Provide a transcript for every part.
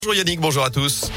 Bonjour Yannick, bonjour à tous.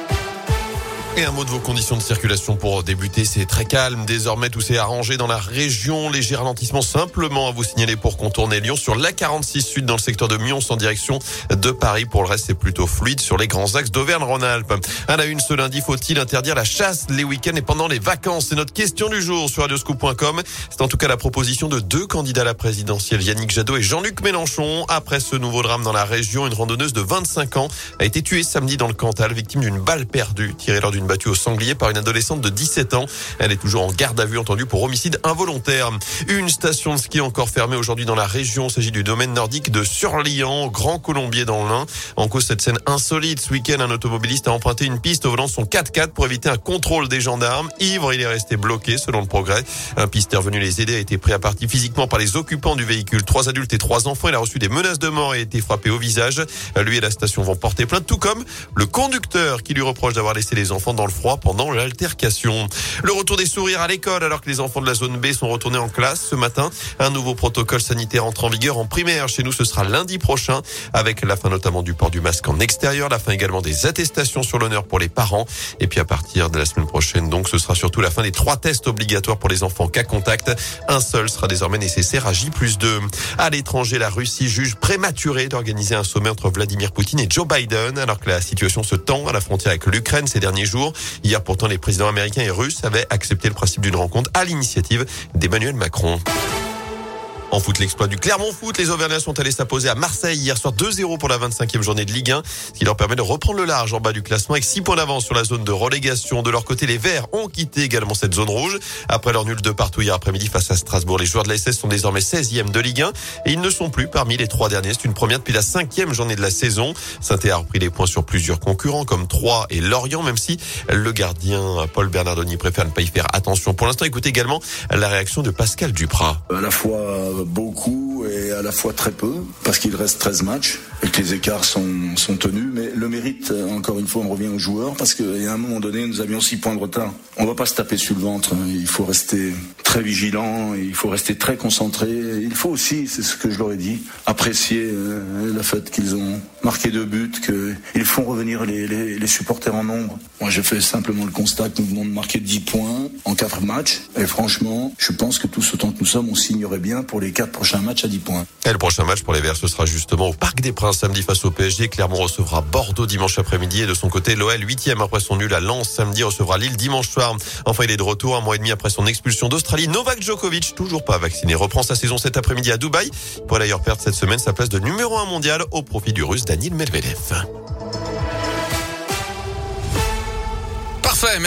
Et un mot de vos conditions de circulation pour débuter, c'est très calme. Désormais, tout s'est arrangé dans la région. Léger ralentissement simplement à vous signaler pour contourner Lyon sur l'A46 Sud dans le secteur de Mions en direction de Paris. Pour le reste, c'est plutôt fluide sur les grands axes d'Auvergne-Rhône-Alpes. À la une ce lundi, faut-il interdire la chasse les week-ends et pendant les vacances? C'est notre question du jour sur radioscoop.com. C'est en tout cas la proposition de deux candidats à la présidentielle, Yannick Jadot et Jean-Luc Mélenchon. Après ce nouveau drame dans la région, une randonneuse de 25 ans a été tuée samedi dans le Cantal, victime d'une balle perdue tirée lors d'une battue au sanglier par une adolescente de 17 ans. Elle est toujours en garde à vue entendue pour homicide involontaire. Une station de ski encore fermée aujourd'hui dans la région. Il s'agit du domaine nordique de Surlian, Grand Colombier dans l'Ain. En cause cette scène insolite. Ce week-end, un automobiliste a emprunté une piste au volant de son 4x4 pour éviter un contrôle des gendarmes. Ivre, il est resté bloqué selon le Progrès. Un pisteur venu les aider a été pris à partie physiquement par les occupants du véhicule. 3 adultes et 3 enfants. Il a reçu des menaces de mort et a été frappé au visage. Lui et la station vont porter plainte, tout comme le conducteur qui lui reproche d'avoir laissé les enfants dans le froid pendant l'altercation. Le retour des sourires à l'école alors que les enfants de la zone B sont retournés en classe ce matin. Un nouveau protocole sanitaire entre en vigueur en primaire. Chez nous, ce sera lundi prochain avec la fin notamment du port du masque en extérieur, la fin également des attestations sur l'honneur pour les parents. Et puis à partir de la semaine prochaine, donc, ce sera surtout la fin des 3 tests obligatoires pour les enfants cas contact. Un seul sera désormais nécessaire à J+2. À l'étranger, la Russie juge prématuré d'organiser un sommet entre Vladimir Poutine et Joe Biden alors que la situation se tend à la frontière avec l'Ukraine ces derniers jours. Hier, pourtant, les présidents américains et russes avaient accepté le principe d'une rencontre à l'initiative d'Emmanuel Macron. En foot, l'exploit du Clermont Foot. Les Auvergnats sont allés s'imposer à Marseille hier soir 2-0 pour la 25e journée de Ligue 1, ce qui leur permet de reprendre le large en bas du classement avec 6 points d'avance sur la zone de relégation. De leur côté, les Verts ont quitté également cette zone rouge. Après leur nul de partout hier après-midi face à Strasbourg, les joueurs de la SS sont désormais 16e de Ligue 1 et ils ne sont plus parmi les 3 derniers. C'est une première depuis la 5e journée de la saison. Saint-Étienne a repris les points sur plusieurs concurrents comme Troyes et Lorient, même si le gardien Paul Bernardoni préfère ne pas y faire attention. Pour l'instant, écoutez également la réaction de Pascal Duprat. À la fois beaucoup et à la fois très peu, parce qu'il reste 13 matchs et que les écarts sont tenus, mais le mérite, encore une fois, on revient aux joueurs, parce qu'à un moment donné, nous avions 6 points de retard. On va pas se taper sur le ventre, il faut rester très vigilant, il faut rester très concentré, il faut aussi, c'est ce que je leur ai dit, apprécier le fait qu'ils ont marqué 2 buts, qu'ils font revenir les supporters en nombre. Moi, j'ai fait simplement le constat que nous venons de marquer 10 points en 4 matchs, et franchement, je pense que tous autant que nous sommes, on signerait bien pour les 4 prochains matchs à 10 points. Et le prochain match pour les Verts, ce sera justement au Parc des Princes samedi face au PSG. Clermont recevra Bordeaux dimanche après-midi et de son côté, l'OL 8e après son nul à Lens samedi recevra Lille dimanche soir. Enfin, il est de retour 1 mois et demi après son expulsion d'Australie. Novak Djokovic, toujours pas vacciné, reprend sa saison cet après-midi à Dubaï. Il pourrait d'ailleurs perdre cette semaine sa place de numéro 1 mondial au profit du Russe Daniil Medvedev. Parfait.